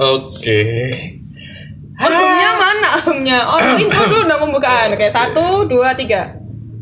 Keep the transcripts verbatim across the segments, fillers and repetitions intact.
Oke. Albumnya mana albumnya? Oh, intro dulu dong pembukaan. Oke, satu, dua, tiga.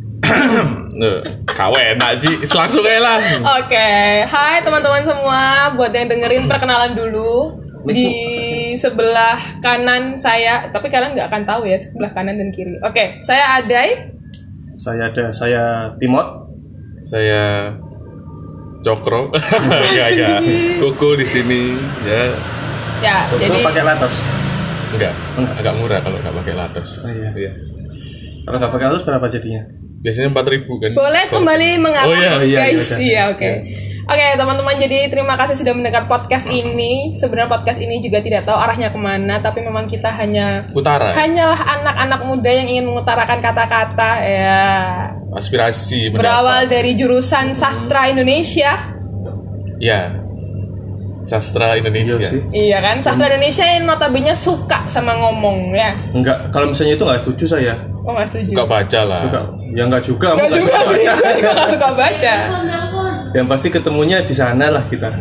Kau enak Ji, langsung aja lah. Oke, hai teman-teman semua. Buat yang dengerin perkenalan dulu. Di sebelah kanan saya, tapi kalian nggak akan tahu ya sebelah kanan dan kiri. Oke, saya Adai. Saya ada, saya Timot. Saya Cokro. Enggak, enggak. Kuku di sini ya. Ya, Kuku jadi pakai latos. Enggak, agak murah kalau nggak pakai latos. Oh, iya. Iya. Kalau nggak pakai latos berapa jadinya? Biasanya empat ribu kan. boleh kembali mengarah, Oh, iya. Oh, iya, guys. iya, Iya, oke. Oke, teman-teman, jadi terima kasih sudah mendengar podcast ini. Sebenarnya podcast ini juga tidak tahu arahnya kemana, tapi memang kita hanya Utara. hanyalah anak-anak muda yang ingin mengutarakan kata-kata ya. Aspirasi Berawal pendapat. dari jurusan sastra Indonesia. Ya. Sastra Indonesia. Iya sih. Iya kan, sastra Indonesia yang notabene suka sama ngomong ya. Enggak, kalau misalnya itu nggak setuju saya. Oh, nggak setuju. Suka baca lah. Suka. Ya nggak juga. Nggak nggak juga suka sih, baca. gue juga nggak suka baca. Yang pasti ketemunya di sana lah kita.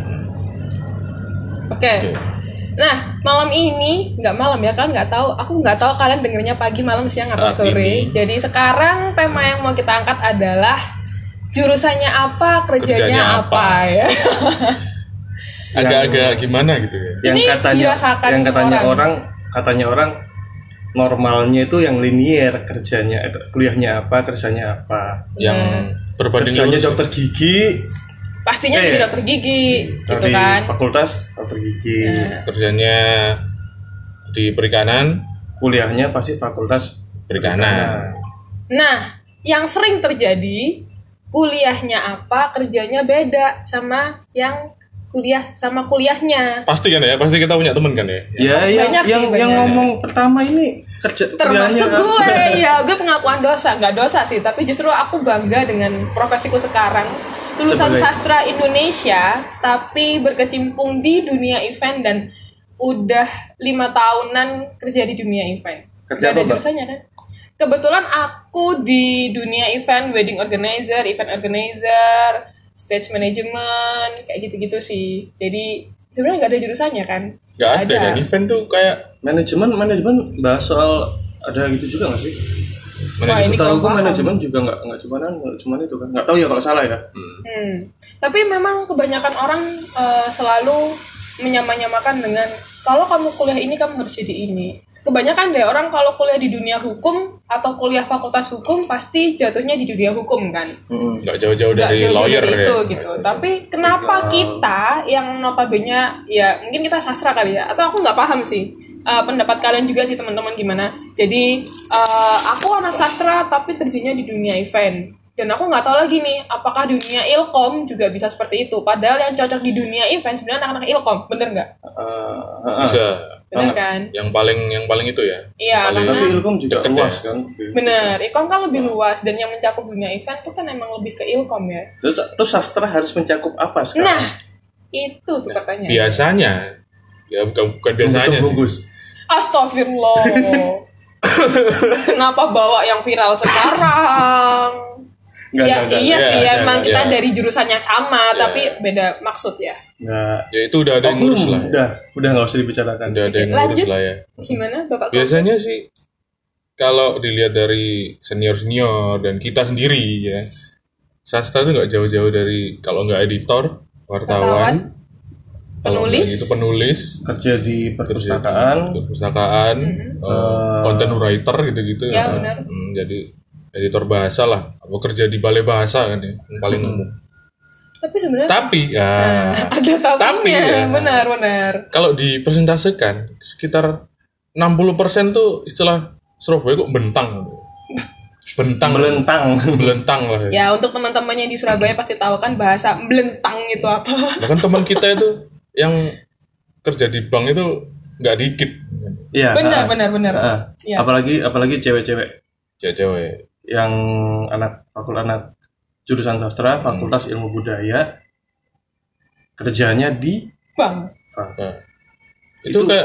Oke. Nah, malam ini nggak malam ya, kalian nggak tahu. Aku nggak tahu kalian dengernya pagi, malam, siang atau Saat sore. ini. Jadi sekarang tema yang mau kita angkat adalah jurusannya apa, kerjanya, Kerjanya apa, apa. ya. Agak-agak gimana gitu ya. Yang Ini katanya, dirasakan yang semua katanya orang. orang, katanya orang normalnya itu yang linear kerjanya, eh, kuliahnya apa, kerjanya apa. Yang berbanding Kerjanya lurus. dokter gigi, Pastinya Eh, jadi dokter gigi, gitu dari kan. fakultas dokter gigi. Kerjanya di perikanan, Kuliahnya pasti fakultas perikanan. Nah, yang sering terjadi kuliahnya apa, kerjanya beda sama yang kuliah sama kuliahnya. Pasti kan ya, pasti kita punya teman kan ya. Ya, yang, Banyak sih, yang, yang banyak. ngomong pertama ini kerja Termasuk kuliahnya gue, apa? ya gue pengakuan dosa, nggak dosa sih, tapi justru aku bangga dengan profesiku sekarang, lulusan Sebagai- sastra Indonesia, tapi berkecimpung di dunia event dan udah lima tahunan kerja di dunia event. Kerja Gak ada apa, Mbak? jurusannya kan? Kebetulan aku di dunia event, wedding organizer, event organizer, stage management, kayak gitu-gitu sih. Jadi sebenarnya nggak ada jurusannya kan? Gak ada kan, event tuh kayak Manajemen, manajemen bahas soal ada gitu juga nggak sih? Wah, ini manajemen. Tahu kurang gue paham. manajemen juga nggak nggak cuma nggak cuma itu kan? Nggak tahu ya kalau salah ya. Hmm. Tapi memang kebanyakan orang eh, selalu menyamanyamakan dengan kalau kamu kuliah ini kamu harus jadi ini. Kebanyakan deh orang kalau kuliah di dunia hukum atau kuliah fakultas hukum pasti jatuhnya di dunia hukum kan. Mm-mm. Gak jauh-jauh Nggak dari jauh-jauh lawyer dari ya. itu gitu. Tapi kenapa kita yang notabene ya mungkin kita sastra kali ya, atau aku nggak paham sih. Eh, pendapat kalian juga sih teman-teman gimana. Jadi eh, aku anak sastra tapi terjunnya di dunia event. Dan aku nggak tahu lagi nih, apakah dunia ilkom juga bisa seperti itu. Padahal yang cocok di dunia event sebenarnya anak-anak ilkom, bener nggak? Eh, eh, Bisa. Bener kan? Yang paling yang paling itu ya. Iya, Paling- karena Tapi ilkom juga Deket luas ya. kan. bener, ilkom kan lebih luas dan yang mencakup dunia event tuh kan emang lebih ke ilkom ya. Terus, terus sastra harus mencakup apa sekarang? Nah, itu tuh pertanyaan. Biasanya ya bukan bukan biasanya sih. Bungkus. Astagfirullah. Kenapa bawa yang viral sekarang? Nggak, Ya, nggak, nggak. iya Ya, sih, ya, emang ya, kita ya. dari jurusan yang sama, Ya. tapi beda maksud ya. Nggak. Ya itu udah ada yang ngurus lah. ya. Udah, udah nggak usah dibicarakan. Udah ada yang Lanjut. ngurus lah ya. Gimana, Bapak? Biasanya sih kalau dilihat dari senior-senior dan kita sendiri ya, sastra itu nggak jauh-jauh dari kalau nggak editor, wartawan, kalau Penulis. nggak gitu penulis, Kerja di kerja perpustakaan. di perpustakaan, eh, content writer gitu-gitu. Mm-hmm. Ya, benar. Hmm, jadi editor bahasa lah, atau kerja di balai bahasa kan ya, yang paling umum. Tapi sebenarnya Tapi ya, ada tapinya, Tapi, ya. benar-benar. kalau dipresentasikan sekitar enam puluh persen tuh istilah Surabaya kok bentang. Bentang. Melentang. Belentang lah ya. Ya, untuk teman-temannya di Surabaya pasti tahu kan bahasa belentang itu apa. Bahkan teman kita itu yang kerja di bank itu nggak dikit. Iya. Benar, ah, benar, benar. ah. Iya. Apalagi apalagi cewek-cewek Cewek-cewek. yang anak fakultas anak jurusan sastra, fakultas ilmu budaya, kerjanya di Bang. Nah, Itu- itu kayak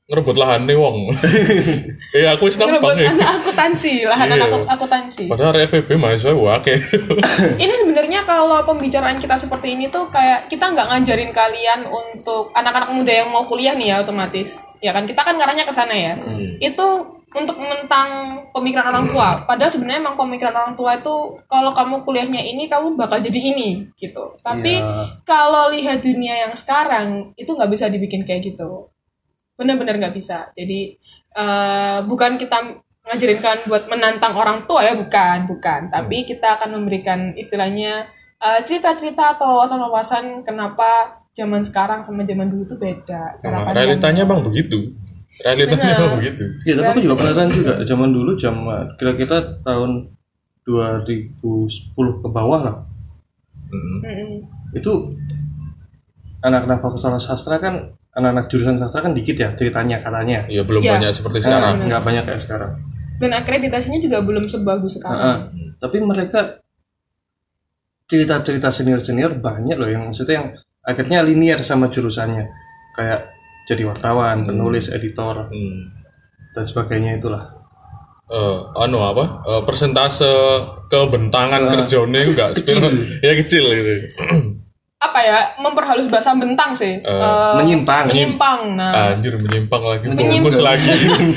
ngerebut lahan nih wong. Eh aku wis nampang ngerebut ya. anak akuntansi, lahan Iya. anak akuntansi. Padahal F E B mahasiswa wake. Ini sebenarnya kalau pembicaraan kita seperti ini tuh kayak kita nggak ngajarin kalian untuk anak-anak muda yang mau kuliah nih ya otomatis. Ya kan kita kan ngarahnya ke sana ya. Hmm. Itu untuk menentang pemikiran orang tua. Padahal sebenarnya emang pemikiran orang tua itu kalau kamu kuliahnya ini kamu bakal jadi ini gitu. Tapi Iya. kalau lihat dunia yang sekarang itu nggak bisa dibikin kayak gitu. Benar-benar nggak bisa. Jadi uh, bukan kita ngajarin kalian buat menantang orang tua ya, bukan, bukan. Tapi kita akan memberikan istilahnya uh, cerita-cerita atau wawasan-wawasan kenapa zaman sekarang sama zaman dulu tuh beda. Cara Nah, pandangnya. realitanya emang begitu. Realitanya Benar. emang begitu. Iya, tapi aku juga penasaran juga zaman dulu zaman kira-kira tahun dua ribu sepuluh ke bawah lah. Mm-mm. Mm-mm. Itu anak-anak fakultas sastra kan anak-anak jurusan sastra kan dikit ya ceritanya katanya. Ya belum Ya. banyak seperti Nah, sekarang. nggak banyak kayak sekarang. Dan akreditasinya juga belum sebagus sekarang. Nah, tapi mereka cerita-cerita senior-senior banyak loh yang maksudnya yang akhirnya linear sama jurusannya. Kayak jadi wartawan, penulis, editor Hmm. dan sebagainya itulah. Eh, anu apa? Eh, persentase kebentangan Ah. kerjanya itu enggak Kecil. ya kecil gitu. Apa ya, memperhalus bahasa bentang sih. Eh, Eh, menyimpang. menyimpang. Nah, Anjir menyimpang lagi, Menyimpang. fokus lagi.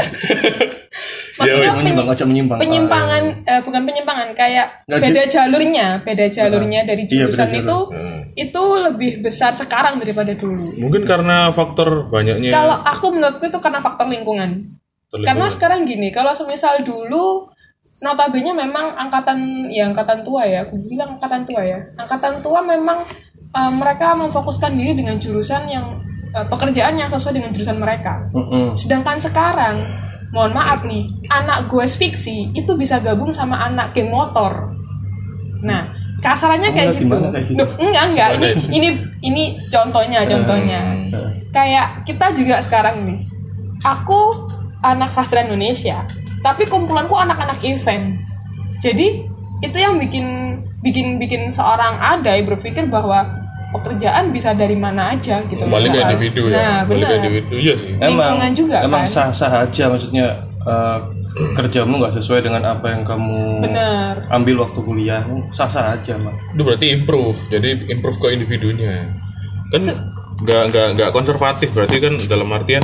Ya, maksudnya wes. menyimpang, macam menyimpang. penyimpangan eh, bukan penyimpangan kayak Nggak, beda jalurnya beda jalurnya dari Iya, jurusan beda itu Hmm. itu lebih besar sekarang daripada dulu. Mungkin karena faktor banyaknya Kalau aku menurutku itu karena faktor lingkungan. terlingkungan. Karena sekarang gini, kalau semisal dulu notabene memang angkatan ya angkatan tua ya, aku bilang angkatan tua ya. Angkatan tua memang eh, mereka memfokuskan diri dengan jurusan yang eh, pekerjaan yang sesuai dengan jurusan mereka. Mm-mm. Sedangkan sekarang, mohon maaf nih, anak goes fiksi itu bisa gabung sama anak geng motor. Nah, kasarannya kayak Enggak, gitu. gimana kayak gitu? Duh, enggak, enggak. Ini ini ini contohnya, contohnya. Kayak kita juga sekarang nih. Aku anak sastra Indonesia, tapi kumpulanku anak-anak event. Jadi, itu yang bikin bikin bikin seorang Adai berpikir bahwa pekerjaan bisa dari mana aja gitu. Kembali ke Nggak harus- individu Nah, ya. Kembali ke benar. individu. Iya sih. Emang, Lingkungan juga, emang kan? sah-sah aja maksudnya eh, kerjamu nggak sesuai dengan apa yang kamu Benar. ambil waktu kuliah, sah-sah aja mah. Itu berarti improve. Jadi improve ke individunya. Kan nggak nggak nggak konservatif berarti kan dalam artian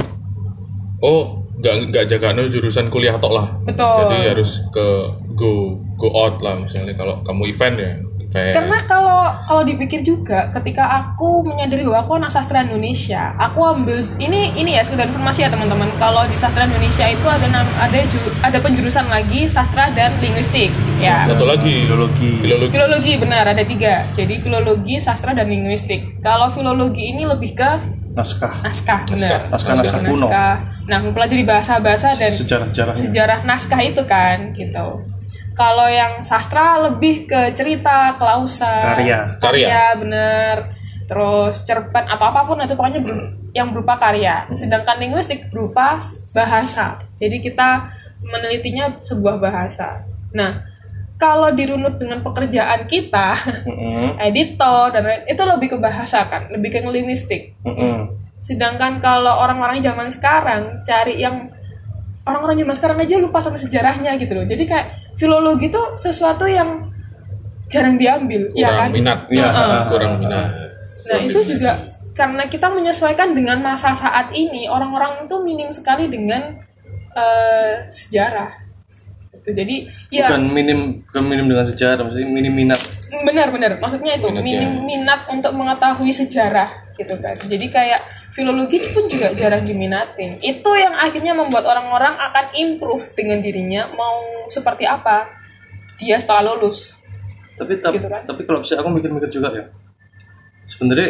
oh nggak nggak jaga no jurusan kuliah tok lah. Betul. Jadi harus ke go go out lah misalnya kalau kamu event ya. Event. Karena kalau kalau dipikir juga, ketika aku menyadari bahwa aku anak sastra Indonesia, aku ambil ini ini ya sekedar informasi ya teman-teman. Kalau di sastra Indonesia itu ada nam- ada ju- ada penjurusan lagi sastra dan linguistik. Ya. Satu lagi Filologi. filologi. Filologi benar ada tiga. Jadi filologi, sastra dan linguistik. Kalau filologi ini lebih ke Naskah, naskah, benar. naskah-naskah kuno, Naskah. Nah, mempelajari bahasa-bahasa dan sejarah-sejarahnya. sejarah naskah itu kan gitu. Kalau yang sastra lebih ke cerita, klausa, Karya. karya bener. Terus cerpen atau apapun itu pokoknya ber- yang berupa karya. Sedangkan linguistik berupa bahasa. Jadi kita menelitinya sebuah bahasa. Nah, kalau dirunut dengan pekerjaan kita, Mm-mm. editor dan lain- itu lebih ke bahasa kan, lebih ke linguistik. Mm-mm. Sedangkan kalau orang-orang zaman sekarang cari yang orang-orang zaman sekarang aja lupa sama sejarahnya gitu loh. Jadi kayak filologi itu sesuatu yang jarang diambil, ya Kurang kan? minat. Iya, Heeh. Kurang minat. Nah itu juga karena kita menyesuaikan dengan masa saat ini, orang-orang itu minim sekali dengan eh, sejarah. Gitu. Jadi ya Bukan minim, bukan minim dengan sejarah, maksudnya minim minat. benar-benar maksudnya itu Minat, minim ya. minat untuk mengetahui sejarah gitu kan. Jadi kayak filologi pun juga jarang diminatin. Itu yang akhirnya membuat orang-orang akan improve dengan dirinya mau seperti apa dia setelah lulus. Tapi tapi, Gitu kan? tapi kalau bisa aku mikir-mikir juga ya. Sebenarnya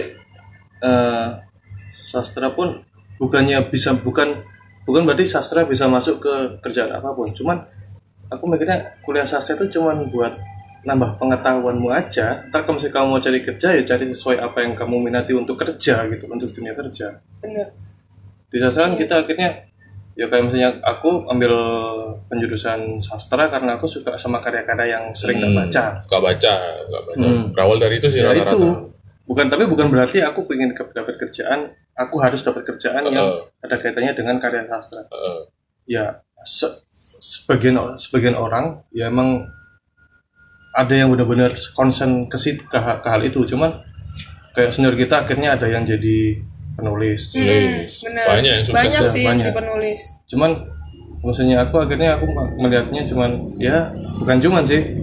eh, sastra pun bukannya bisa bukan bukan berarti sastra bisa masuk ke kerjaan apapun. Cuman aku mikirnya kuliah sastra itu cuman buat nambah pengetahuanmu aja. Ntar kalau misalnya kamu mau cari kerja ya cari sesuai apa yang kamu minati untuk kerja gitu, untuk dunia kerja. Bener. Di sastra kan kita akhirnya ya kayak misalnya aku ambil penjurusan sastra karena aku suka sama karya-karya yang sering tak Hmm, baca. Suka baca, suka baca. Hmm. Berawal dari itu sih Ya rata-rata. itu bukan, tapi bukan berarti aku pengen ke- dapat kerjaan aku harus dapat kerjaan uh. yang ada kaitannya dengan karya sastra. Uh. Ya se- sebagian sebagian orang ya emang ada yang benar-benar concern ke, ke, ke hal itu, cuman kayak senior kita akhirnya ada yang jadi penulis. Hmm, benar. Banyak yang sukses. Banyak sih banyak. yang penulis. Cuman maksudnya aku akhirnya aku melihatnya cuman ya bukan cuman sih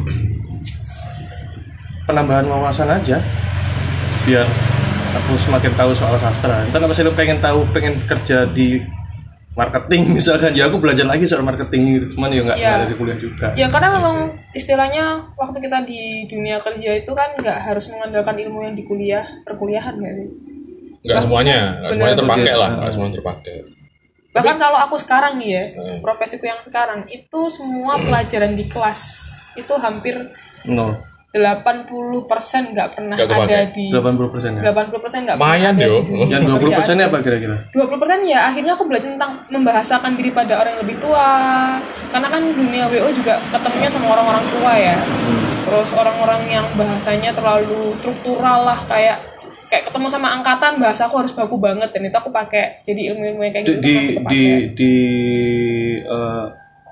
penambahan wawasan aja biar aku semakin tahu soal sastra. Entar apa sih lu pengen tahu pengen kerja di marketing misalkan, ya aku belajar lagi soal marketing gitu, cuman ya nggak ya. dari kuliah juga. Ya karena memang istilahnya waktu kita di dunia kerja itu kan nggak harus mengandalkan ilmu yang di kuliah perkuliahan nggak sih? Nggak semuanya, nggak semuanya terpakai lah, nggak semuanya terpakai. Bahkan Tapi, kalau aku sekarang nih ya, hmm. profesiku yang sekarang itu semua pelajaran di kelas itu hampir nol. delapan puluh persen nggak pernah gak ada di delapan puluh persen ya? delapan puluh persen nggak pernah ada yo. Di yang dua puluh persen apa kira-kira? dua puluh persen ya akhirnya aku belajar tentang membahasakan diri pada orang yang lebih tua. Karena kan dunia W O juga ketemunya sama orang-orang tua ya. Hmm. Terus orang-orang yang bahasanya terlalu struktural lah, kayak kayak ketemu sama angkatan bahasa aku harus baku banget, dan itu aku pakai. Jadi ilmu-ilmu yang kayak gitu di di di uh,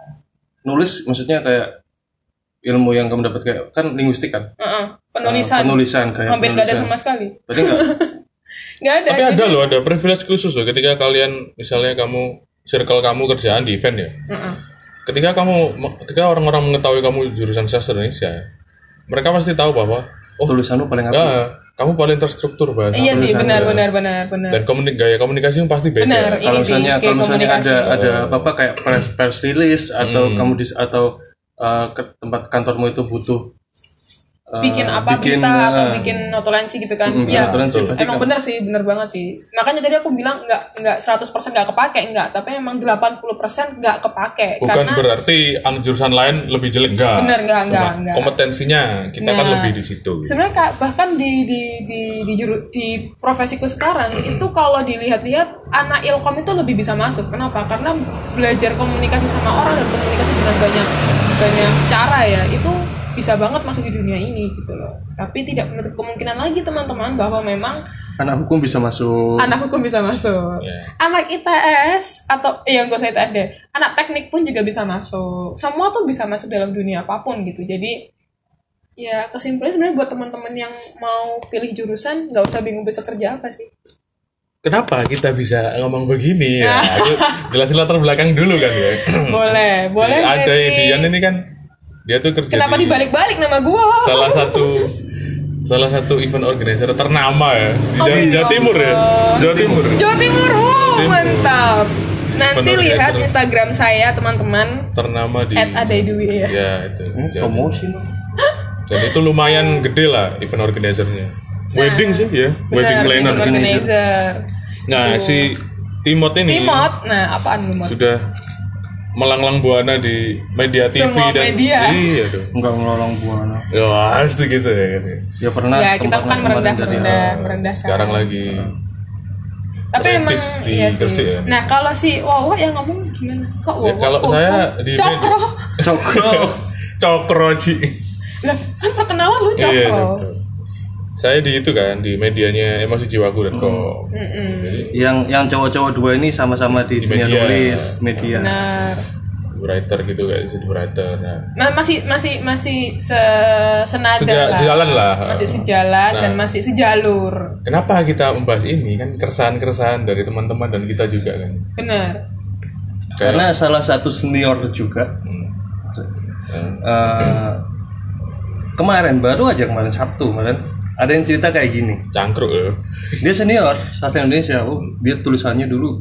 nulis maksudnya kayak ilmu yang kamu dapat kayak kan linguistik kan? Uh-uh. Penulisan. Uh, penulisan kayak hampir nggak ada sama sekali. Berarti nggak? Nggak ada. Tapi jadi... ada loh, ada privilege khusus loh ketika kalian misalnya kamu circle kamu kerjaan di event ya. Uh-uh. Ketika kamu ketika orang-orang mengetahui kamu jurusan sastra Indonesia, mereka pasti tahu bahwa oh tulisanmu paling apa? Ya, kamu paling terstruktur bahasa. Iya sih, benar benar benar benar. Dan komunik gaya komunikasimu pasti beda. Benar, kalau misalnya kalau misalnya ada ada oh. apa-apa kayak press press release atau hmm. kamu dis, atau Uh, ke tempat kantormu itu butuh uh, bikin apa bikin, berita uh, atau bikin notulensi gitu kan. Mm, ya emang kan. Bener sih, bener banget sih. Makanya tadi aku bilang nggak nggak seratus persen nggak kepake, nggak, tapi emang delapan puluh persen nggak kepake. Bukan karena berarti jurusan lain lebih jelek, enggak. Bener enggak enggak enggak. Kompetensinya kita nah, kan lebih di situ. Sebenarnya bahkan di di di di, juru, di profesiku sekarang itu kalau dilihat-lihat anak ilkom itu lebih bisa masuk. Kenapa? Karena belajar komunikasi sama orang dan komunikasi dengan banyak banyak cara ya, itu bisa banget masuk di dunia ini gitu loh. Tapi tidak menutup kemungkinan lagi teman-teman bahwa memang anak hukum bisa masuk. Anak hukum bisa masuk. Yeah. Anak I T S atau ya enggak usah I T S deh. Anak teknik pun juga bisa masuk. Semua tuh bisa masuk dalam dunia apapun gitu. Jadi ya kesimpulannya sebenarnya buat teman-teman yang mau pilih jurusan nggak usah bingung besok kerja apa sih. Kenapa kita bisa ngomong begini ya? Jelasin latar belakang dulu kan ya. Boleh, boleh. Jadi, ada Dian ini kan dia tuh kerja. Kenapa di dibalik-balik nama gua? Salah satu salah satu event organizer ternama ya di Jawa, oh, Jawa Timur ya. Jawa Timur. Jawa Timur. Wow, mantap. Nanti lihat Instagram saya teman-teman. Ternama di et adaidwi ya. Ya, itu. Hmm, promosi. Dan itu lumayan gede lah event organizernya. Nah, wedding sih ya, benar, wedding planner. Organizer. Nah, tuh. Si Timot ini. Timot, nah apaan Timot? Sudah melanglang buana di media T V. Semua dan media. Iya tuh. Enggak melanglang buana. Ya pasti gitu ya. Gitu. Ya pernah. Ya kita kan merendah merendah merendah. Sekarang lagi. Tapi emang di iya Gresik ya. Nah kalau si Wawa yang ngomong gimana? Kok Wawa? Ya, kalau oh, saya di Cokro. Cokro. Cokro Ci. Lah kan perkenalan lu Cokro. Iya, saya di itu kan di medianya emosi jiwaku dan kok mm-hmm. yang yang cowok-cowok dua ini sama-sama di, di dunia media, nulis media. Benar. Writer gitu kayak jadi writer. Nah. Masih masih masih se senada Seja, lah. Sejalan lah. Masih sejalan nah, dan masih sejalur. Kenapa kita membahas ini kan keresahan-keresahan dari teman-teman dan kita juga kan. Benar. Karena salah satu senior juga. Hmm. Hmm. Uh, kemarin baru aja kemarin Sabtu kemarin ada yang cerita kayak gini. Cangkruk ya. Dia senior sastra Indonesia. Oh, dia tulisannya dulu.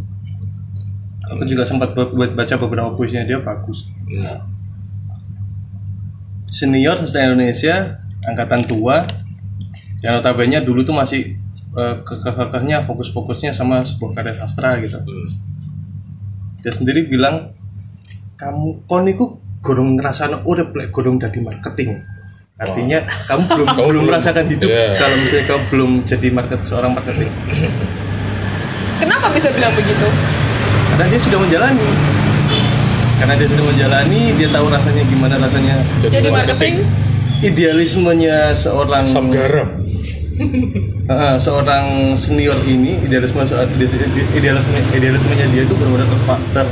Aku juga sempat buat baca beberapa puisinya, dia bagus. Ya. Senior sastra Indonesia, angkatan tua. Yang notabene dulu tuh masih uh, kekeh-kekehnya fokus-fokusnya sama sebuah karya sastra gitu. Hmm. Dia sendiri bilang, kamu koniku gorong ngerasana urip lek gorong dadi marketing. Artinya wow. kamu belum kamu belum merasakan hidup yeah. kalau misalnya kamu belum jadi market seorang marketing. Kenapa bisa bilang begitu? Karena dia sudah menjalani. Karena dia sudah menjalani, dia tahu rasanya gimana rasanya jadi, jadi marketing. Idealismenya seorang asam garam. uh, seorang senior ini idealisme idealisme idealismenya dia itu benar-benar terpak ter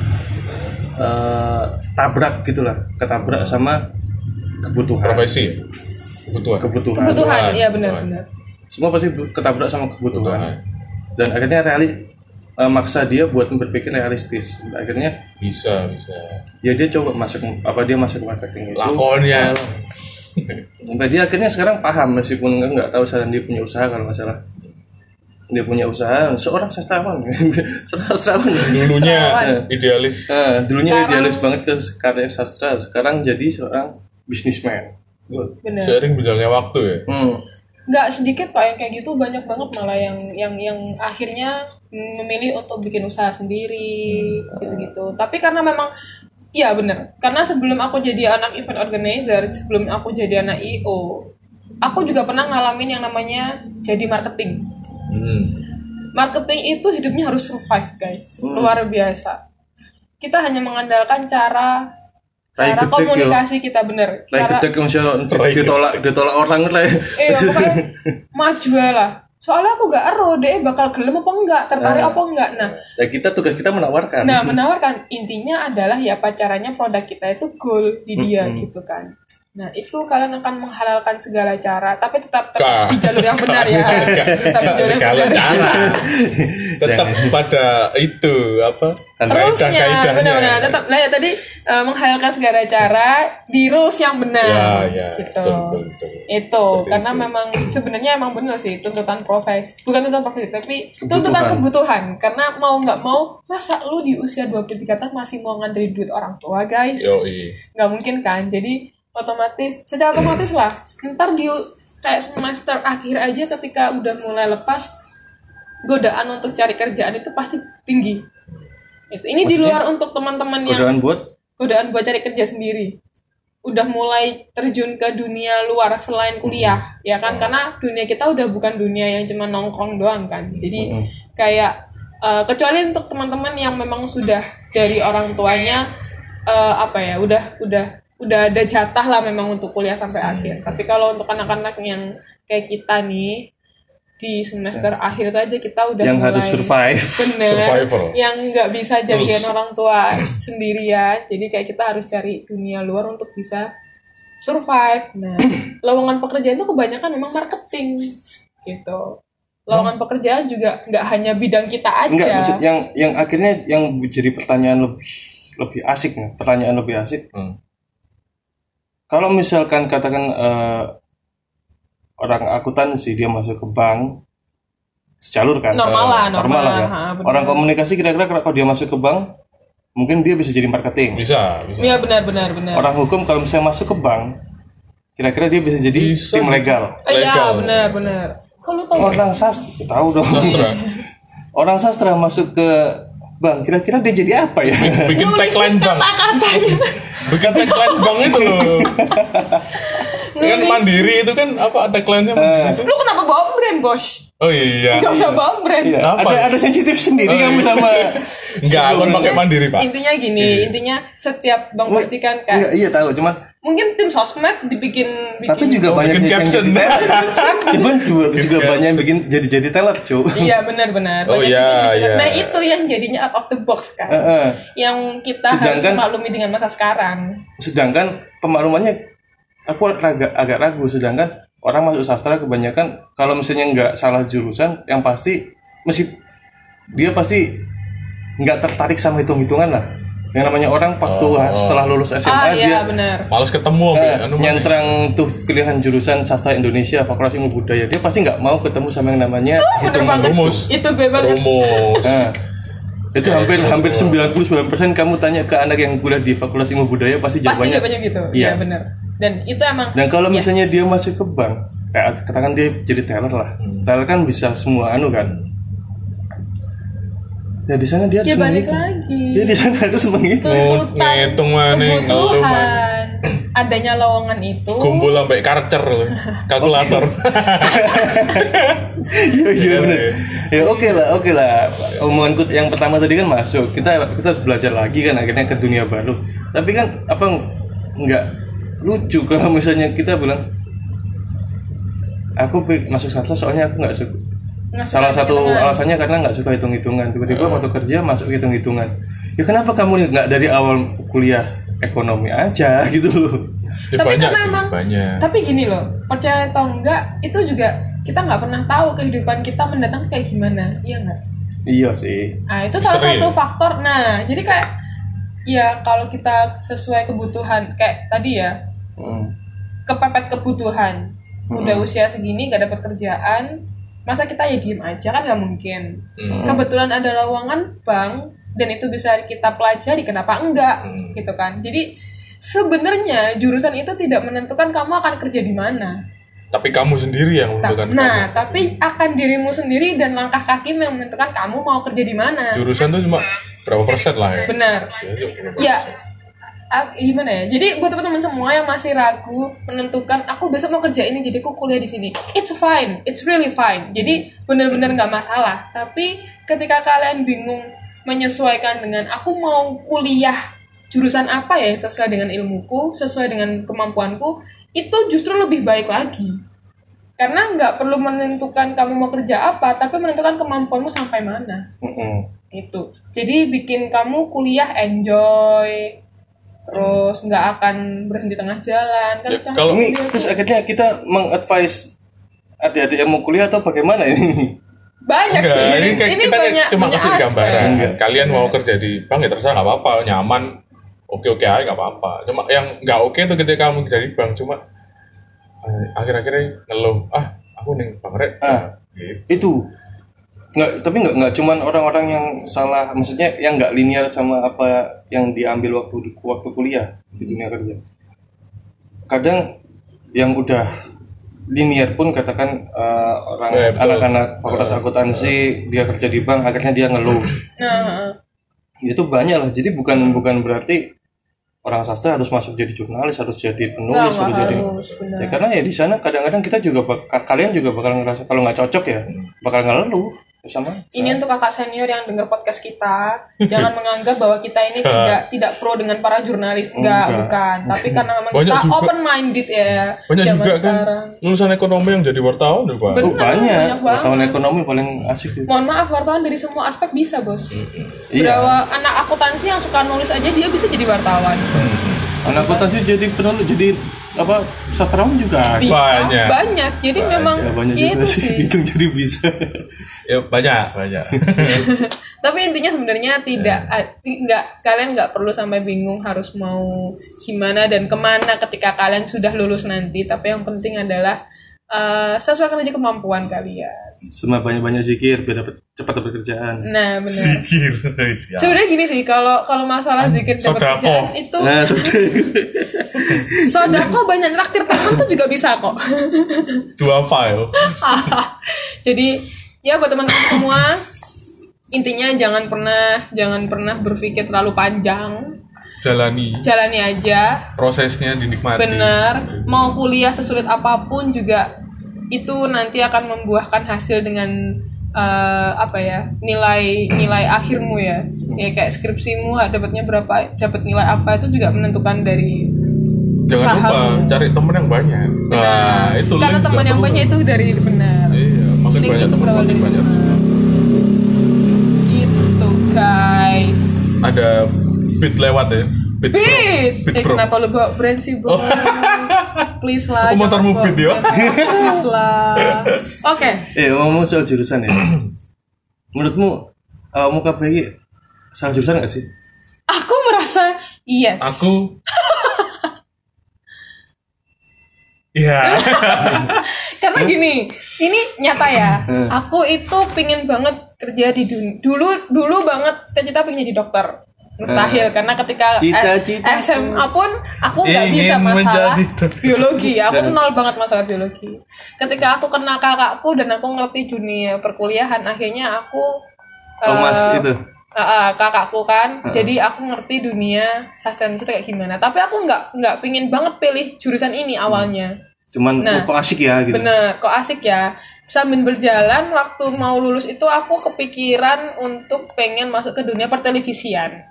uh, tabrak gitulah, ketabrak sama kebutuhan profesi, kebutuhan, kebutuhan, kebutuhan, iya benar-benar. Semua pasti ketabrak sama kebutuhan, dan akhirnya reali uh, maksa dia buat berpikir realistis. Akhirnya bisa bisa. Ya dia coba masuk apa dia masuk marketing itu. Lakonnya. Sampai dia akhirnya sekarang paham meskipun nggak tahu sekarang dia punya usaha kalau nggak salah. Dia punya usaha seorang sastrawan, seorang sastrawan. Dulunya idealis. Nah, dulunya Sekarang, idealis banget ke karya sastra, sekarang jadi seorang bisnismen. Bener. Seiring berjalannya waktu ya. Hmm. Nggak sedikit kok yang kayak gitu, banyak banget malah yang yang yang akhirnya memilih untuk bikin usaha sendiri gitu-gitu. Tapi karena memang iya bener, karena sebelum aku jadi anak event organizer, sebelum aku jadi anak I O, aku juga pernah ngalamin yang namanya jadi marketing. Hmm. Marketing itu hidupnya harus survive guys, Hmm. luar biasa. Kita hanya mengandalkan cara Rai cara gedek, komunikasi kita bener. Lah Cara, gede misalnya ditolak ditolak orang lah. iya pokoknya maju aja lah. Soalnya aku gak ero deh bakal gelem apa enggak, tertarik Nah. apa enggak. Nah, Ya kita tugas kita menawarkan. nah menawarkan intinya adalah ya apa caranya produk kita itu goal di dia Mm-mm. gitu kan. Nah itu kalian akan menghalalkan segala cara, tapi tetap, tetap Ka- di jalur yang benar ya. Tetap di jalur yang Kalau benar. cara tetap pada itu apa? Rulesnya Kaidah-kaidahnya. benar-benar tetap lah ya tadi uh, menghalalkan segala cara di rules yang benar. Ya, ya, gitu. betul, betul, betul. Itu Seperti karena itu. memang sebenarnya emang benar sih tuntutan profesi, bukan tuntutan profesi tapi Kebutuhan. tuntutan kebutuhan. Karena mau nggak mau masa lu di usia dua puluh tiga tahun masih mau ngantri duit orang tua guys? Yoi. Nggak mungkin kan? Jadi otomatis secara otomatis lah ntar di kayak semester akhir aja ketika udah mulai lepas godaan untuk cari kerjaan itu pasti tinggi. Itu ini di Maksudnya, luar untuk teman-teman yang Godaan buat godaan buat cari kerja sendiri. Udah mulai terjun ke dunia luar selain kuliah, ya kan? Karena dunia kita udah bukan dunia yang cuma nongkrong doang kan. Jadi Mm-mm. kayak uh, kecuali untuk teman-teman yang memang sudah dari orang tuanya uh, apa ya, udah udah udah ada jatah lah memang untuk kuliah sampai akhir. Tapi kalau untuk anak-anak yang kayak kita nih di semester akhir itu aja kita udah yang mulai harus survive. bener Survival. yang nggak bisa jagain orang tua sendirian, jadi kayak kita harus cari dunia luar untuk bisa survive. Nah lowongan pekerjaan itu kebanyakan memang marketing gitu. Lowongan pekerjaan juga nggak hanya bidang kita aja. Enggak, maksud yang yang akhirnya yang jadi pertanyaan lebih lebih asik nih, pertanyaan lebih asik. Hmm. Kalau misalkan katakan eh, orang akuntansi dia masuk ke bank sejalur kan? Normal lah, Eh, normal. lah ya. Ha, benar. Orang komunikasi kira-kira kalau dia masuk ke bank mungkin dia bisa jadi marketing. Bisa, bisa. Iya benar benar benar. Orang hukum kalau misalnya masuk ke bank kira-kira dia bisa jadi Bisa. tim legal. Oh, iya legal. benar benar. Kalau tahu Orang sastra tahu dong. Sastra. Orang sastra masuk ke bank kira-kira dia jadi apa ya? Bikin nulisin tagline bang. kata-katanya. Bikin tagline bang itu loh. Kan mandiri itu kan apa tagline-nya mandiri itu? Lu kenapa bawa brand bos? Oh iya. Gak usah bawa brand. Iya, Apa? ada ada sensitif sendiri Oh, kamu iya. sama Enggak, aku kan pakai mandiri, Pak. Intinya gini, intinya setiap bank pastikan kan. Enggak, iya tahu, cuman Mungkin tim sosmed dibikin bikin tapi juga Oh, banyak bikin yang caption. jadi teller. Cuman juga, Bikin juga caption. banyak yang bikin jadi-jadi teller, cu. Iya benar-benar. Oh, Banyak iya, yang bikin- iya. Nah itu yang jadinya out of the box kan. Heeh. Yang kita Sedangkan- harus maklumi dengan masa sekarang. Sedangkan pemaklumannya aku agak agak ragu, sedangkan orang masuk sastra kebanyakan kalau misalnya nggak salah jurusan, yang pasti mesti dia pasti nggak tertarik sama hitung-hitungan lah. Yang namanya orang waktu Oh. setelah lulus S M A Ah dia iya benar. Males ketemu eh, sampai anu, nyantrang tuh pilihan jurusan sastra Indonesia, Fakultas Ilmu Budaya, dia pasti nggak mau ketemu sama yang namanya Bener hitungan. banget. rumus. Itu gue banget. Rumus. Nah, itu hampir hampir sembilan puluh sembilan persen kamu tanya ke anak yang kuliah di Fakultas Ilmu Budaya pasti Pasti jawabannya jawabannya gitu. Iya. Iya benar. Dan itu emang. Dan kalau yes. misalnya dia masuk ke bank, kayak katakan dia jadi teller lah. Teller kan bisa semua anu kan. Ya di sana dia harus Ya balik menghitung. lagi. Dia di sana harus menghitung. Tuntutan Ngitung mana, ngeluh kebutuhan adanya lowongan itu. Kumpul sampai karcer kalkulator. Iya iya benar. iya. Ya oke lah, oke lah. Omonganku yang pertama tadi kan masuk. Kita kita harus belajar lagi kan akhirnya ke dunia baru. Tapi kan apa nggak lucu kalau misalnya kita bilang aku masuk sastra soalnya aku nggak suka. Nggak suka Salah satu hitung-hitungan. alasannya karena nggak suka hitung-hitungan. Tiba-tiba Hmm. waktu kerja masuk hitung-hitungan. Ya kenapa kamu nggak dari awal kuliah ekonomi aja gitu loh? Ya, Tapi banyak kan sih, memang, banyak. tapi gini loh, percaya atau enggak, itu juga kita nggak pernah tahu kehidupan kita mendatang kayak gimana, iya nggak? Iya sih. Nah itu salah Misteri satu ya? faktor. Nah jadi kayak, ya kalau kita sesuai kebutuhan, kayak tadi ya, Hmm. kepepet kebutuhan, udah Hmm. usia segini nggak dapat kerjaan, masa kita ya diem aja kan nggak mungkin. Hmm. Kebetulan ada lowongan bank dan itu bisa kita pelajari, kenapa enggak, Hmm. gitu kan? Jadi sebenarnya jurusan itu tidak menentukan kamu akan kerja di mana. Tapi kamu sendiri yang Ta- menentukan. Nah, kamu. tapi akan dirimu sendiri dan langkah kakimu yang menentukan kamu mau kerja di mana. Jurusan tuh cuma berapa persen lah ya. Benar. Ya, berapa Ya, persen. ah, gimana ya? Jadi buat teman-teman semua yang masih ragu menentukan aku besok mau kerja ini, jadi aku kuliah di sini. It's fine, it's really fine. Jadi benar-benar nggak masalah. Tapi ketika kalian bingung menyesuaikan dengan aku mau kuliah jurusan apa ya yang sesuai dengan ilmuku, sesuai dengan kemampuanku, itu justru lebih baik lagi. Karena nggak perlu menentukan kamu mau kerja apa, tapi menentukan kemampuanmu sampai mana. Mm-mm. Gitu. Jadi bikin kamu kuliah enjoy, terus nggak akan berhenti tengah jalan. Kan Ya, kan kalau- Ini kuliah terus tuh akhirnya kita mengadvise adik-adik yang mau kuliah atau bagaimana ini? banyak Enggak, sih. ini kayak Ini kita kayak banyak, cuma banyak kasih aspek. gambaran. Enggak. Kalian mau kerja di bank ya terserah nggak apa-apa, nyaman, oke-oke aja nggak apa-apa. Cuma yang nggak oke tuh ketika kamu kerja di bank cuma eh, akhir-akhirnya ngeluh, ah aku nih bank rek. Ah. Gitu. Itu nggak, tapi nggak nggak cuman orang-orang yang salah, maksudnya yang nggak linear sama apa yang diambil waktu di waktu kuliah di dunia kerja. Kadang yang udah linear pun katakan eh, orang Ya, betul. anak-anak fakultas akuntansi dia kerja di bank akhirnya dia ngeluh. Nah, Itu banyak lah. Jadi bukan bukan berarti orang sastra harus masuk jadi jurnalis, harus jadi penulis, nggak harus nggak jadi harus, benar. ya karena ya di sana kadang-kadang kita juga bak- kalian juga bakal ngerasa kalau nggak cocok ya bakal ngeluh sama. Ini untuk kakak senior yang dengar podcast kita, jangan menganggap bahwa kita ini tidak tidak pro dengan para jurnalis, enggak, Enggak. bukan. Tapi karena memang Banyak kita juga. open minded ya. Banyak zaman juga kan sekarang. lulusan ekonomi yang jadi wartawan tuh Pak. Bener. Oh, banyak. banyak banget. Wartawan ekonomi paling asik tuh. Mohon maaf, wartawan dari semua aspek bisa, Bos. Iya. Berapa anak akuntansi yang suka nulis aja dia bisa jadi wartawan. Anak akuntansi jadi penulis, jadi apa sastrawan juga ada. Bisa, Banyak. banyak. Jadi Banyak. memang Ya, banyak ya juga itu sih. sih. Hitung jadi bisa. Ya banyak, banyak. Tapi intinya sebenarnya tidak, a- nggak kalian nggak perlu sampai bingung harus mau gimana dan kemana ketika kalian sudah lulus nanti. Tapi yang penting adalah eh, sesuaikan aja kemampuan kalian. Semua banyak-banyak zikir biar dapat cepat dapat kerjaan. Nah benar. Sikir. Siap. Sebenarnya gini sih, kalau kalau masalah zikir dapat Sodako. kerjaan itu, Nah, sudah. sodako banyak traktir teman tuh juga bisa kok. Dua file. Jadi ya buat teman-teman semua, intinya jangan pernah jangan pernah berpikir terlalu panjang, Jalani jalani aja. prosesnya dinikmati. Bener, mau kuliah sesulit apapun juga itu nanti akan membuahkan hasil dengan eh, apa ya, nilai nilai akhirmu ya. Ya kayak skripsimu dapatnya berapa, dapat nilai apa itu juga menentukan dari Jangan lupa usahamu. cari temen yang banyak. Nah, itu Karena link teman juga yang perlu. banyak itu dari benar. Iya, makin Link banyak itu teman berawal makin dari banyak. mana? Gitu guys. Ada beat lewat ya. Beat, Pro. Beat. Beat Eh Pro. kenapa lu bawa brand sih, Bos? Please lah. Aku motormu jangan bawa Beat ya. brand. Please lah. Oke. Eh, ngomong soal jurusan ya. Menurutmu kamu K P I salah jurusan nggak sih? Aku merasa yes. Aku Iya. Karena gini, ini nyata ya. Aku itu pingin banget kerja di dunia. Dulu dulu banget cita-cita pingin jadi dokter. Mustahil karena ketika Cita-cita eh, S M A pun aku nggak bisa Ingin masalah menjadi dokter. biologi. Aku nol banget masalah biologi. Ketika aku kenal kakakku dan aku ngerti dunia perkuliahan, akhirnya aku Thomas eh, itu. Uh, uh, kakakku kan, jadi aku ngerti dunia sastra itu kayak gimana. Tapi aku nggak nggak pingin banget pilih jurusan ini awalnya. Cuman Nah, kok asik ya gitu. Bener, kok asik ya. Sambil berjalan, waktu mau lulus itu aku kepikiran untuk pengen masuk ke dunia pertelevisian.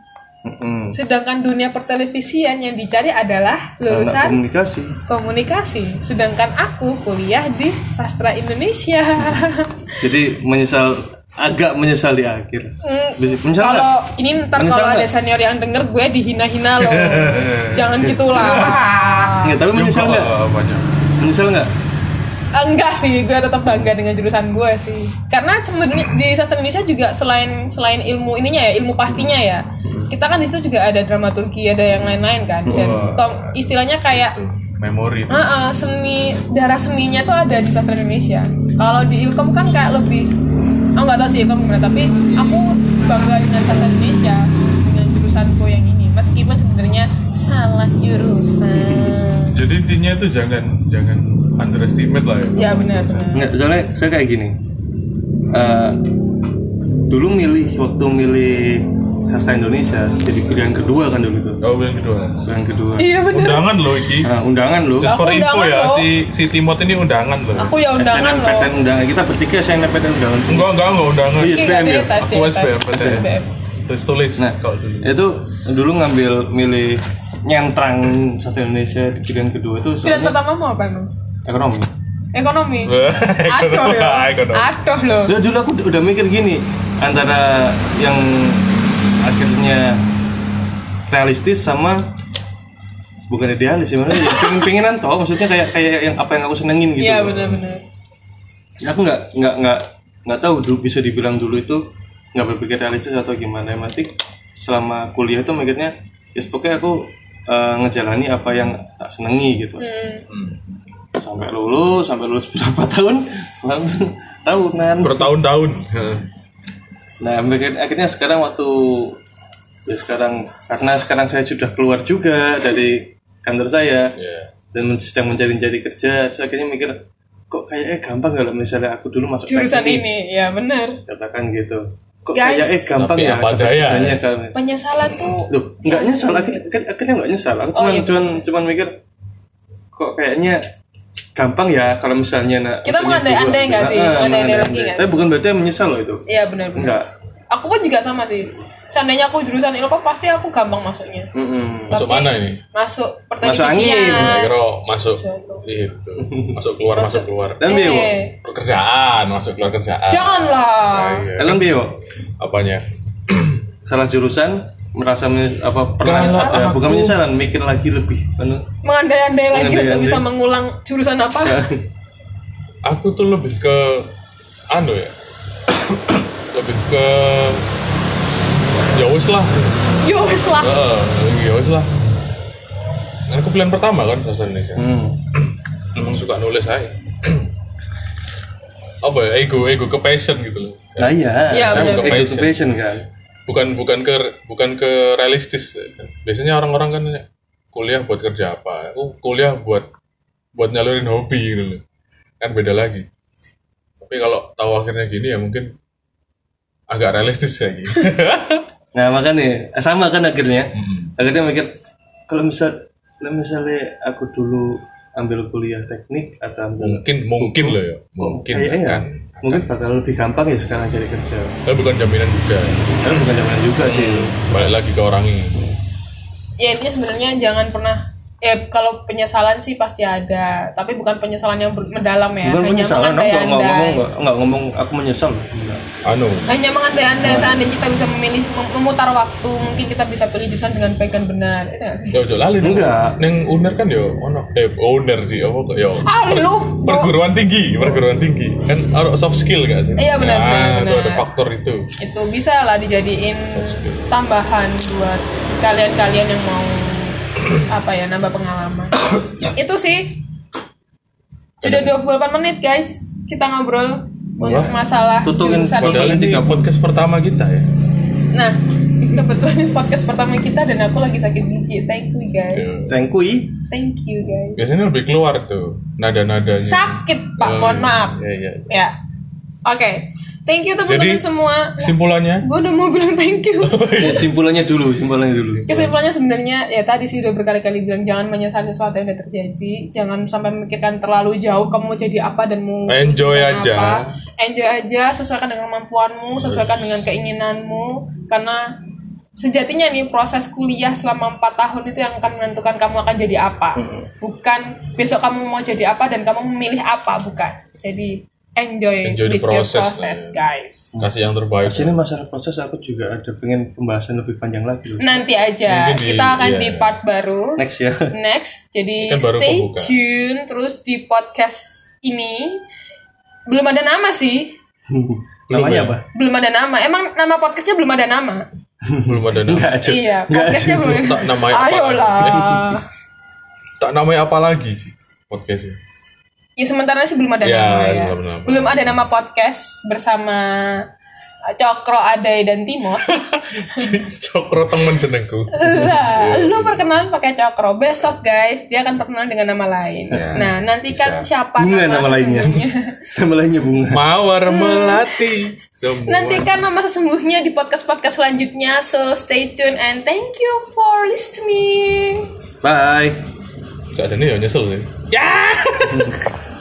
Mm-mm. Sedangkan dunia pertelevisian yang dicari adalah Anak lulusan komunikasi. komunikasi. Sedangkan aku kuliah di sastra Indonesia. Jadi menyesal, agak menyesal di akhir. Mm, Menyesal kalau nggak? ini ntar Menyesal kalau ada nggak? senior yang denger gue dihina-hina loh. Jangan gitulah. Nggak, tapi menyesal Juga, nggak? uh, banyak. Menyesal nggak? Enggak sih, gue tetap bangga dengan jurusan gue sih. Karena sebenarnya di sastra Indonesia juga selain selain ilmu ininya ya, ilmu pastinya ya. Kita kan di situ juga ada dramaturgi, ada yang lain-lain kan. Dan Wah. kom- istilahnya kayak Tuh, memori. uh, uh, seni darah seninya tuh ada di sastra Indonesia. Kalau di Ilkom kan kayak lebih, aku nggak tahu sih Ilkom gimana, tapi aku bangga dengan sastra Indonesia dengan jurusanku yang ini. Meskipun sebenarnya salah jurusan. Jadi intinya itu jangan jangan underestimate lah ya. Ya benar benar. Nggak, soalnya saya kayak gini. Eh, dulu milih waktu milih sastra Indonesia jadi pilihan kedua kan dulu itu. Oh, bilang gitu. Pilihan kedua. Iya benar. Undangan loh iki. Nah, undangan loh. Just for Aku info undangan ya, loh. si si Timot ini undangan loh. Aku ya undangan loh. S N M P T N undangan. Kita bertiga S N M P T N undangan. Enggak, enggak, enggak undangan. Iya, S B M ya. Aku S B M, S B M. Tulis tulis. Nah, kalau dulu. itu dulu ngambil milih nyentrang sastra Indonesia di pilihan kedua itu Pilihan soalnya pertama mau apa emang? ekonomi. Ekonomi. Aduh ya. Ekonomi. Aduh loh. Ya, dulu aku udah mikir gini, antara yang akhirnya realistis sama bukan idealis ya, mana ya pengen pengenan toh, maksudnya kayak kayak yang apa yang aku senengin gitu. Iya benar-benar. Ya, aku nggak nggak nggak nggak tahu dulu, bisa dibilang dulu itu nggak berpikir realistis atau gimana. Yang penting selama kuliah itu mikirnya ya pokoknya aku eh, ngejalani apa yang tak senengi gitu. Hmm. Sampai lulus, sampai lulus berapa tahun? Langsung tahunan. Bertahun-tahun. Nah, akhir- akhirnya sekarang waktu ya sekarang karena sekarang saya sudah keluar juga dari kantor saya Iya. dan men- sedang mencari-cari kerja, saya akhirnya mikir kok kayaknya gampang kalau misalnya aku dulu masuk Jurusan teknik, ini, ya benar. katakan gitu. Kok Guys. kayaknya gampang Tapi ya apa dapat daya? kerjanya kan. Penyesalan tuh Loh, nggak nyesal, akhirnya, akhirnya nggak nyesal. Aku Oh, cuman, iya. cuman, cuman mikir kok kayaknya gampang ya kalau misalnya nak Kita maksudnya mengandai-andai dulu- nggak sih? Ah, ah, Mengandai-andai lagi mengandai-andai. nggak? Tapi bukan berarti menyesal loh itu. iya benar-benar. Enggak. Aku pun juga sama sih. Seandainya aku jurusan Ilkom pasti aku gampang masuknya. Mm-mm. Masuk Tapi mana ini? Masuk Masuk angin. Saya pertelevisian. kira masuk itu. Masuk keluar, masuk keluar. Dan Bio, Eh, Pekerjaan, masuk keluar kerjaan. janganlah. Ah, iya. Ellen Bio, Apanya? salah jurusan merasa menye- apa pernah Kalau ya, aku- bukan menyesalan, mikir lagi lebih. Anu. Mengandai-andai lagi untuk Mengandai-andai. bisa mengulang jurusan apa? Aku tuh lebih ke anu ya. Lebih ke ya wis lah. Yo wis lah. Heeh, ya wis lah. Nah, aku pilihan pertama kan sastra Indonesia. Hmm. Emang suka nulis aja. Apa ya, ego ego ke passion gitu loh. Nah iya, Iya, saya benar. ikut Passion. passion kan. bukan bukan ke bukan ke realistis. Biasanya orang-orang kan kuliah buat kerja apa? Aku kuliah buat buat nyalurin hobi gitu loh. Kan beda lagi. Tapi kalau tahu akhirnya gini ya mungkin agak realistis ya gitu. Nah makanya eh, sama kan akhirnya, Mm. akhirnya mikir kalau misal, kalau misalnya aku dulu ambil kuliah teknik atau ambil mungkin mungkin loh ya. Mungkin kayaknya kan. mungkin bakal lebih gampang ya sekarang cari kerja. Tapi bukan jaminan juga. Karena bukan zaman juga sih. Balik lagi ke orangnya. Ya intinya sebenarnya jangan pernah ya kalau penyesalan sih pasti ada, tapi bukan penyesalan yang ber- mendalam ya. Bukan hanya penyesalan, aku nggak nggak ngomong mengandai-andai. nggak nggak ngomong aku menyesal. Enggak. Anu, Hanya mengandai-andai seandainya kita bisa memilih mem- memutar waktu, mungkin kita bisa pilih jurusan dengan baik dan benar. Itu nggak sih? ya ojo lali. Neng. Enggak. Neng uner kan yo ono eh uner sih apa kok yo. Ah, lu. Perguruan tinggi, perguruan tinggi. Kan ada soft skill gak sih? Iya, benar, Nah, benar, itu benar. ada faktor itu. Itu bisa lah dijadiin skill. tambahan buat kalian-kalian yang mau apa ya nambah pengalaman. Itu sih. Sudah dua puluh delapan menit guys. Kita ngobrol untuk Wah, masalah tutupin jurusan Padahal ini. ini tiga podcast pertama kita ya. Nah, kebetulan ini podcast pertama kita dan aku lagi sakit gigi. Thank you guys. Tengkui. Thank you guys. Biasanya lebih keluar tuh nada-nadanya. Sakit Pak, Oh, mohon maaf. Iya, iya. Ya. Oke. Thank you teman-teman Jadi, semua. Kesimpulannya? Gue udah mau bilang thank you. Ya, simpulannya dulu, simpulannya dulu. Kesimpulannya sebenarnya ya tadi sih udah berkali-kali bilang jangan menyesali sesuatu yang udah terjadi, jangan sampai memikirkan terlalu jauh kamu mau jadi apa dan mau Enjoy jurusan aja. apa. Enjoy aja, sesuaikan dengan kemampuanmu, sesuaikan dengan keinginanmu karena sejatinya nih proses kuliah selama empat tahun itu yang akan menentukan kamu akan jadi apa. Bukan besok kamu mau jadi apa dan kamu memilih apa, bukan. Jadi enjoy, enjoy the process, process guys. Kasih yang terbaik. Sini masalah proses aku juga ada pengen pembahasan lebih panjang lagi loh. Nanti aja Mungkin di- kita akan iya. di part baru. Next ya. Next, jadi Kan baru stay pembuka. tune terus di podcast ini. Belum ada nama sih. Belum Namanya ya? apa? Belum ada nama. Emang nama podcastnya belum ada nama. Belum ada nama. Enggak aja. Iya, Enggak podcastnya aja. belum. Tak namanya apa Ayolah. Tak namanya apa lagi sih podcastnya? Ya sementara sih belum ada Ya, nama ya. belum nama. Belum ada nama podcast bersama uh, Cokro, Adai dan Timot. Cokro temen jenengku. Lah, lu perkenalan pakai Cokro. Besok guys, dia akan perkenalan dengan nama lain. Ya, Nah, nantikan bisa. siapa Bunga nama lainnya. sesungguhnya. Nama lainnya bunga. Mawar melati semua. Nantikan nama sesungguhnya di podcast-podcast selanjutnya. So stay tune and thank you for listening. Bye. Cak jane ya nyesel sih. Ya.